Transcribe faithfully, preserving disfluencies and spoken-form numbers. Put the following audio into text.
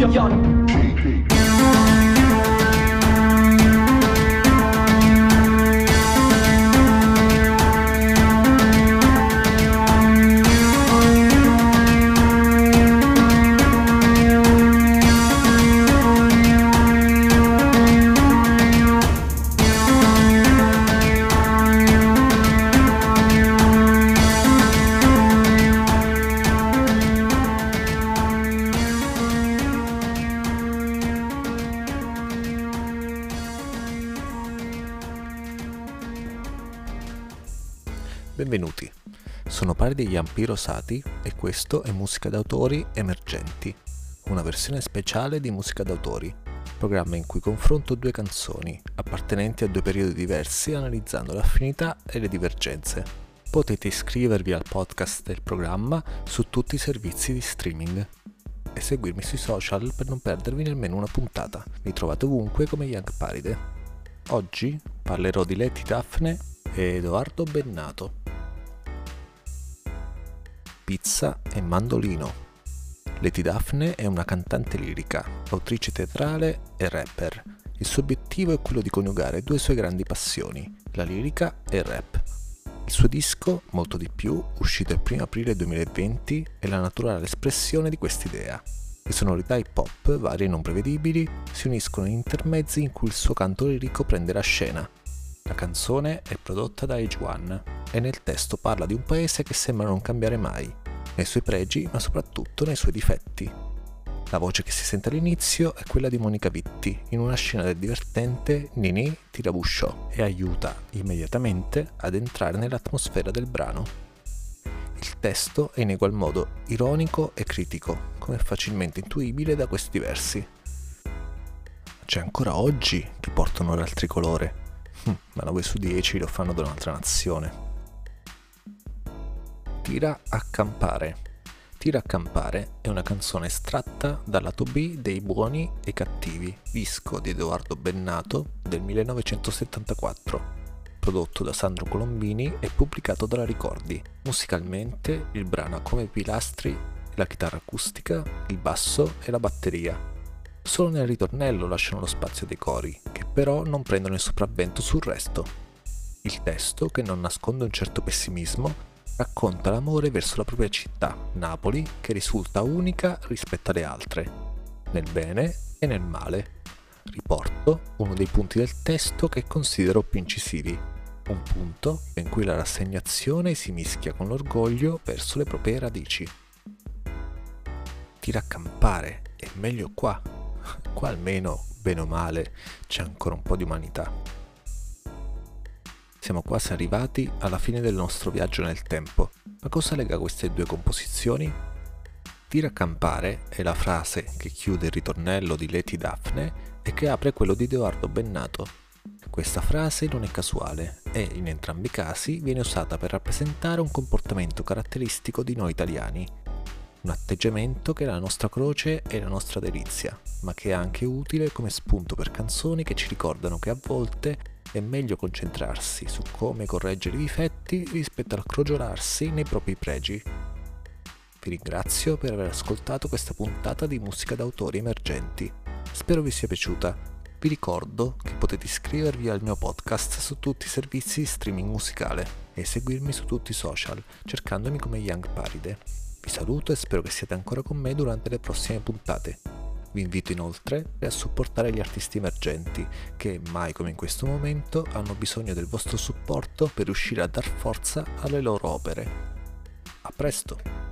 Young P. Benvenuti, sono Pari degli Ampi Rosati e questo è Musica d'autori emergenti, una versione speciale di Musica d'autori, programma in cui confronto due canzoni appartenenti a due periodi diversi analizzando le affinità e le divergenze. Potete iscrivervi al podcast del programma su tutti i servizi di streaming e seguirmi sui social per non perdervi nemmeno una puntata. Mi trovate ovunque come Young Paride. Oggi parlerò di Leti Daphne e Edoardo Bennato. Pizza e mandolino. Leti Daphne è una cantante lirica, autrice teatrale e rapper. Il suo obiettivo è quello di coniugare due sue grandi passioni, la lirica e il rap. Il suo disco, Molto di più, uscito il primo aprile duemilaventi, è la naturale espressione di quest'idea. Le sonorità hip hop, varie e non prevedibili, si uniscono in intermezzi in cui il suo canto lirico prende la scena. La canzone è prodotta da Age One e nel testo parla di un paese che sembra non cambiare mai, nei suoi pregi ma soprattutto nei suoi difetti. La voce che si sente all'inizio è quella di Monica Vitti in una scena del divertente Nini Tirabusciò e aiuta immediatamente ad entrare nell'atmosfera del brano. Il testo è in egual modo ironico e critico, come è facilmente intuibile da questi versi. C'è ancora oggi chi porta onore al tricolore. Ma nove su dieci lo fanno da un'altra nazione. Tira a campare. Tira a campare è una canzone estratta dal lato B dei Buoni e Cattivi, disco di Edoardo Bennato del millenovecentosettantaquattro, prodotto da Sandro Colombini e pubblicato dalla Ricordi. Musicalmente il brano ha come pilastri la chitarra acustica, il basso e la batteria. Solo nel ritornello lasciano lo spazio dei cori, che però non prendono il sopravvento sul resto. Il testo, che non nasconde un certo pessimismo, racconta l'amore verso la propria città, Napoli, che risulta unica rispetto alle altre, nel bene e nel male. Riporto uno dei punti del testo che considero più incisivi, un punto in cui la rassegnazione si mischia con l'orgoglio verso le proprie radici. Tira a campare, è meglio qua. Qua almeno, bene o male, c'è ancora un po' di umanità. Siamo quasi arrivati alla fine del nostro viaggio nel tempo. Ma cosa lega queste due composizioni? Tira a campare è la frase che chiude il ritornello di Leti Daphne e che apre quello di Edoardo Bennato. Questa frase non è casuale e, in entrambi i casi, viene usata per rappresentare un comportamento caratteristico di noi italiani. Un atteggiamento che è la nostra croce e la nostra delizia, ma che è anche utile come spunto per canzoni che ci ricordano che a volte è meglio concentrarsi su come correggere i difetti rispetto al crogiolarsi nei propri pregi. Vi ringrazio per aver ascoltato questa puntata di Musica d'autori emergenti. Spero vi sia piaciuta. Vi ricordo che potete iscrivervi al mio podcast su tutti i servizi di streaming musicale e seguirmi su tutti i social cercandomi come Young Paride. Vi saluto e spero che siate ancora con me durante le prossime puntate. Vi invito inoltre a supportare gli artisti emergenti che, mai come in questo momento, hanno bisogno del vostro supporto per riuscire a dar forza alle loro opere. A presto!